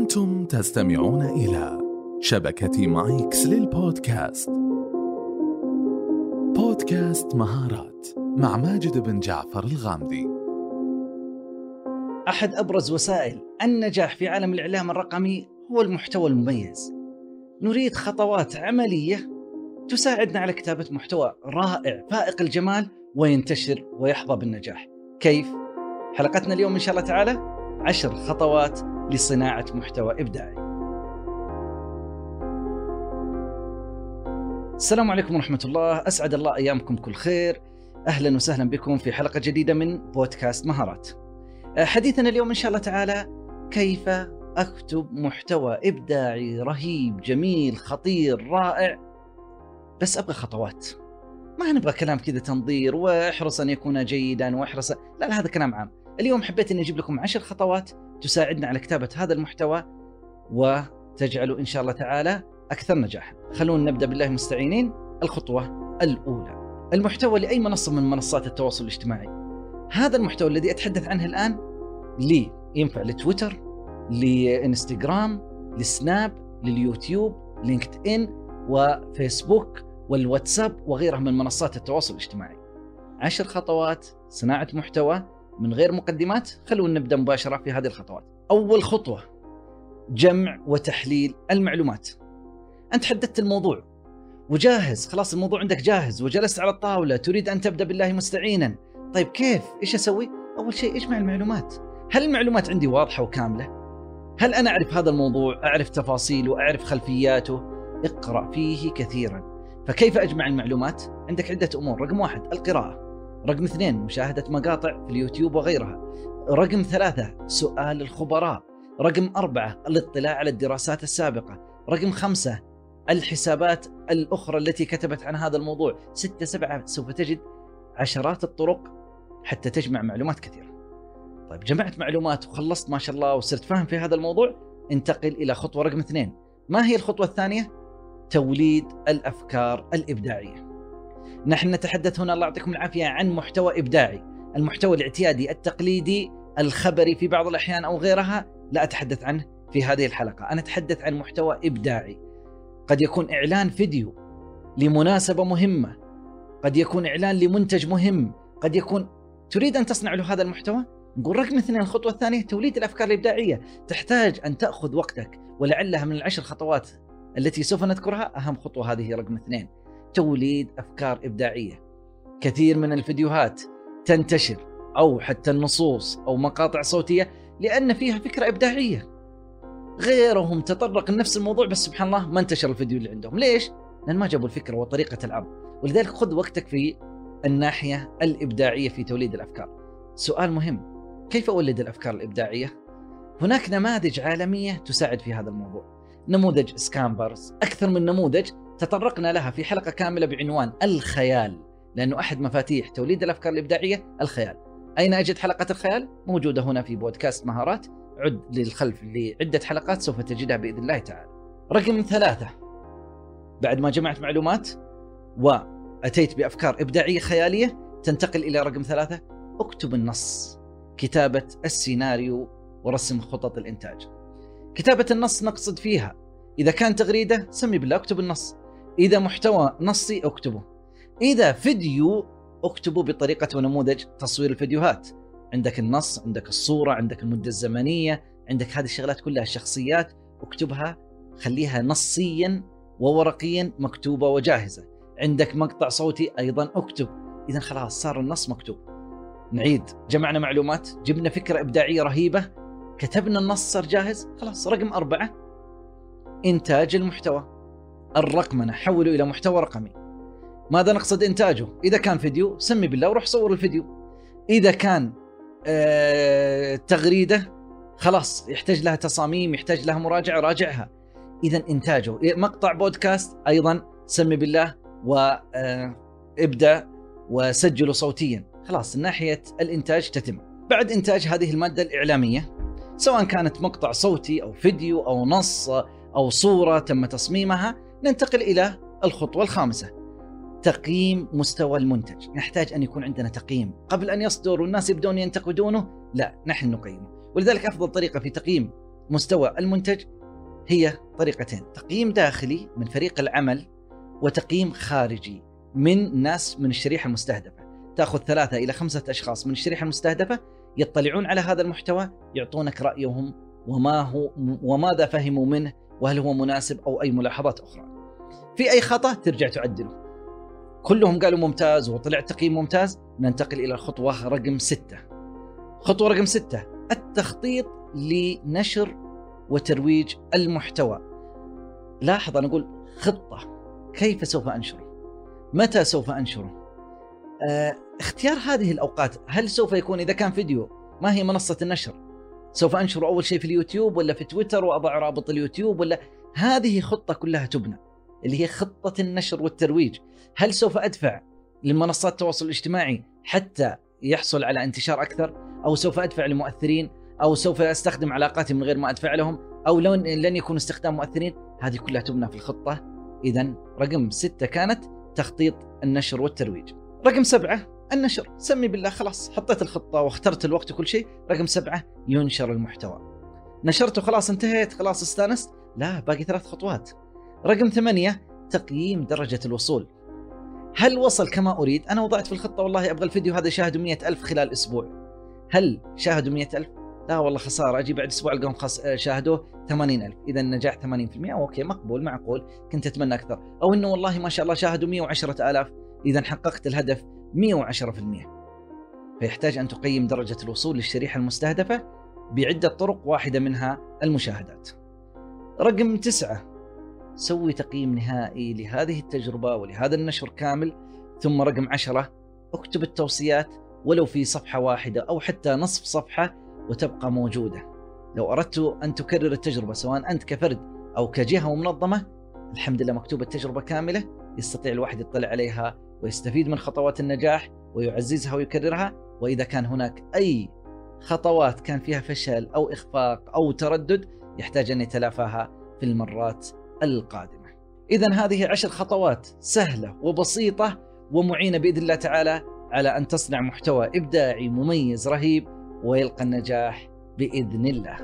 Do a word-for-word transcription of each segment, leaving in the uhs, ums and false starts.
أنتم تستمعون إلى شبكة مايكس للبودكاست. بودكاست مهارات مع ماجد بن جعفر الغامدي. أحد أبرز وسائل النجاح في عالم الإعلام الرقمي هو المحتوى المميز. نريد خطوات عملية تساعدنا على كتابة محتوى رائع فائق الجمال وينتشر ويحظى بالنجاح. كيف؟ حلقتنا اليوم إن شاء الله تعالى عشر خطوات لصناعة محتوى إبداعي. السلام عليكم ورحمة الله، أسعد الله أيامكم كل خير. أهلا وسهلا بكم في حلقة جديدة من بودكاست مهارات. حديثنا اليوم إن شاء الله تعالى كيف أكتب محتوى إبداعي رهيب جميل خطير رائع، بس أبغى خطوات. ما نبغى كلام كذا تنظير واحرص أن يكون جيدا واحرص، لا لا هذا كلام عام. اليوم حبيت أن أجيب لكم عشر خطوات تساعدنا على كتابة هذا المحتوى وتجعله إن شاء الله تعالى أكثر نجاحا. خلونا نبدأ بالله مستعينين. الخطوة الأولى: المحتوى لأي منصة من منصات التواصل الاجتماعي. هذا المحتوى الذي أتحدث عنه الآن لي ينفع لتويتر، لإنستغرام، لسناب، لليوتيوب، لينكد إن وفيسبوك والواتساب وغيرها من منصات التواصل الاجتماعي. عشر خطوات صناعة محتوى من غير مقدمات. خلونا نبدأ مباشرة في هذه الخطوات. أول خطوة: جمع وتحليل المعلومات. أنت حددت الموضوع وجاهز، خلاص الموضوع عندك جاهز وجلست على الطاولة، تريد أن تبدأ بالله مستعينا. طيب كيف؟ إيش أسوي؟ أول شيء اجمع المعلومات. هل المعلومات عندي واضحة وكاملة؟ هل أنا أعرف هذا الموضوع؟ أعرف تفاصيله؟ أعرف خلفياته؟ اقرأ فيه كثيرا. فكيف أجمع المعلومات؟ عندك عدة أمور. رقم واحد: القراءة. رقم اثنين: مشاهدة مقاطع في اليوتيوب وغيرها. رقم ثلاثة: سؤال الخبراء. رقم أربعة: الاطلاع على الدراسات السابقة. رقم خمسة: الحسابات الأخرى التي كتبت عن هذا الموضوع. ستة سبعة. سوف تجد عشرات الطرق حتى تجمع معلومات كثيرة. طيب جمعت معلومات وخلصت ما شاء الله وصرت فاهم في هذا الموضوع، انتقل إلى خطوة رقم اثنين. ما هي الخطوة الثانية؟ توليد الأفكار الإبداعية. نحن نتحدث هنا الله يعطيكم العافية عن محتوى إبداعي. المحتوى الاعتيادي التقليدي الخبري في بعض الأحيان أو غيرها لا أتحدث عنه في هذه الحلقة. أنا أتحدث عن محتوى إبداعي. قد يكون إعلان فيديو لمناسبة مهمة، قد يكون إعلان لمنتج مهم، قد يكون تريد أن تصنع له هذا المحتوى. نقول رقم اثنين الخطوة الثانية توليد الأفكار الإبداعية. تحتاج أن تأخذ وقتك، ولعلها من العشر خطوات التي سوف نذكرها أهم خطوة هذه رقم اثنين: توليد أفكار إبداعية. كثير من الفيديوهات تنتشر أو حتى النصوص أو مقاطع صوتية لأن فيها فكرة إبداعية. غيرهم تطرق لنفس الموضوع بس سبحان الله ما انتشر الفيديو اللي عندهم. ليش؟ لأن ما جابوا الفكرة وطريقة العرض. ولذلك خذ وقتك في الناحية الإبداعية في توليد الأفكار. سؤال مهم: كيف أولد الأفكار الإبداعية؟ هناك نماذج عالمية تساعد في هذا الموضوع. نموذج سكامبرز، أكثر من نموذج تطرقنا لها في حلقة كاملة بعنوان الخيال، لأنه أحد مفاتيح توليد الأفكار الإبداعية الخيال. أين أجد حلقة الخيال؟ موجودة هنا في بودكاست مهارات. عد للخلف لعدة حلقات سوف تجدها بإذن الله تعالى. رقم ثلاثة: بعد ما جمعت معلومات وأتيت بأفكار إبداعية خيالية، تنتقل إلى رقم ثلاثة: اكتب النص. كتابة السيناريو ورسم خطط الإنتاج. كتابة النص نقصد فيها إذا كان تغريدة سمي بالله اكتب النص، إذا محتوى نصي اكتبه، إذا فيديو اكتبه بطريقة ونموذج تصوير الفيديوهات. عندك النص، عندك الصورة، عندك المدة الزمنية، عندك هذه الشغلات كلها، الشخصيات اكتبها، خليها نصيا وورقيا مكتوبة وجاهزة. عندك مقطع صوتي أيضا اكتب. إذن خلاص صار النص مكتوب. نعيد: جمعنا معلومات، جبنا فكرة إبداعية رهيبة، كتبنا النص صار جاهز. خلاص رقم أربعة: إنتاج المحتوى. الرقمنة، حوله إلى محتوى رقمي. ماذا نقصد إنتاجه؟ إذا كان فيديو سمي بالله وروح صور الفيديو. إذا كان آه تغريدة خلاص يحتاج لها تصاميم، يحتاج لها مراجعة، راجعها. إذن إنتاجه. مقطع بودكاست أيضا سمي بالله وابدأ وسجله صوتيا. خلاص ناحية الإنتاج تتم. بعد إنتاج هذه المادة الإعلامية سواء كانت مقطع صوتي أو فيديو أو نص أو صورة تم تصميمها، ننتقل إلى الخطوة الخامسة: تقييم مستوى المنتج. نحتاج أن يكون عندنا تقييم قبل أن يصدر والناس يبدون ينتقدونه، لا نحن نقيمه. ولذلك أفضل طريقة في تقييم مستوى المنتج هي طريقتين: تقييم داخلي من فريق العمل، وتقييم خارجي من ناس من الشريحة المستهدفة. تأخذ ثلاثة إلى خمسة أشخاص من الشريحة المستهدفة يطلعون على هذا المحتوى، يعطونك رأيهم وما هو وماذا فهموا منه، وهل هو مناسب أو أي ملاحظات أخرى. في أي خطأ ترجع تعدله. كلهم قالوا ممتاز وطلع تقييم ممتاز. ننتقل إلى الخطوة رقم ستة. خطوة رقم ستة: التخطيط لنشر وترويج المحتوى. لاحظ أنا أقول خطة، كيف سوف أنشره؟ متى سوف أنشره؟ آه، اختيار هذه الأوقات. هل سوف يكون إذا كان فيديو ما هي منصة النشر؟ سوف أنشره أول شيء في اليوتيوب ولا في تويتر وأضع رابط اليوتيوب، ولا هذه خطة كلها تبنى اللي هي خطة النشر والترويج. هل سوف أدفع لمنصات التواصل الاجتماعي حتى يحصل على انتشار أكثر، أو سوف أدفع لمؤثرين، أو سوف أستخدم علاقاتي من غير ما أدفع لهم، أو لن, لن يكون استخدام مؤثرين؟ هذه كلها تبنى في الخطة. إذن رقم ستة كانت تخطيط النشر والترويج. رقم سبعة النشر. سمي بالله، خلاص حطيت الخطة واخترت الوقت وكل شيء. رقم سبعة ينشر المحتوى. نشرته خلاص انتهيت، خلاص استانست؟ لا، باقي ثلاث خطوات. رقم ثمانية تقييم درجة الوصول. هل وصل كما أريد؟ أنا وضعت في الخطة والله أبغى الفيديو هذا يشاهدوا مئة ألف خلال أسبوع. هل شاهدوا مئة ألف؟ لا والله خسارة، أجي بعد أسبوع ألقاهم خس... شاهدوه ثمانين ألف. إذا النجاح ثمانين بالمئة، أوكي مقبول معقول، كنت أتمنى أكثر. أو إنه والله ما شاء الله شاهدوا مئة وعشرة آلاف، إذا حققت الهدف مئة وعشرة بالمئة. فيحتاج أن تقيم درجة الوصول للشريحة المستهدفة بعدة طرق، واحدة منها المشاهدات. رقم تسعة سوي تقييم نهائي لهذه التجربة ولهذا النشر كامل. ثم رقم عشرة اكتب التوصيات ولو في صفحة واحدة أو حتى نصف صفحة وتبقى موجودة. لو أردت أن تكرر التجربة سواء أنت كفرد أو كجهة ومنظمة، الحمد لله مكتوبة التجربة كاملة، يستطيع الواحد يطلع عليها ويستفيد من خطوات النجاح ويعززها ويكررها. وإذا كان هناك أي خطوات كان فيها فشل أو إخفاق أو تردد، يحتاج أن يتلافاها في المرات القادمة. إذن هذه عشر خطوات سهلة وبسيطة ومعينة بإذن الله تعالى على أن تصنع محتوى إبداعي مميز رهيب ويلقى النجاح بإذن الله.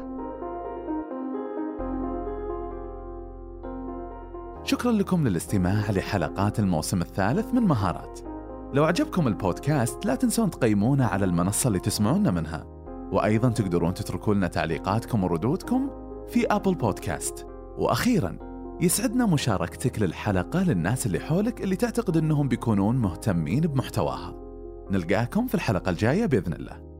شكرا لكم للاستماع لحلقات الموسم الثالث من مهارات. لو عجبكم البودكاست لا تنسون تقيمونا على المنصة اللي تسمعون منها، وأيضا تقدرون تتركوا لنا تعليقاتكم وردودكم في أبل بودكاست. وأخيرا يسعدنا مشاركتك للحلقة للناس اللي حولك اللي تعتقد أنهم بيكونون مهتمين بمحتواها. نلقاكم في الحلقة الجاية بإذن الله.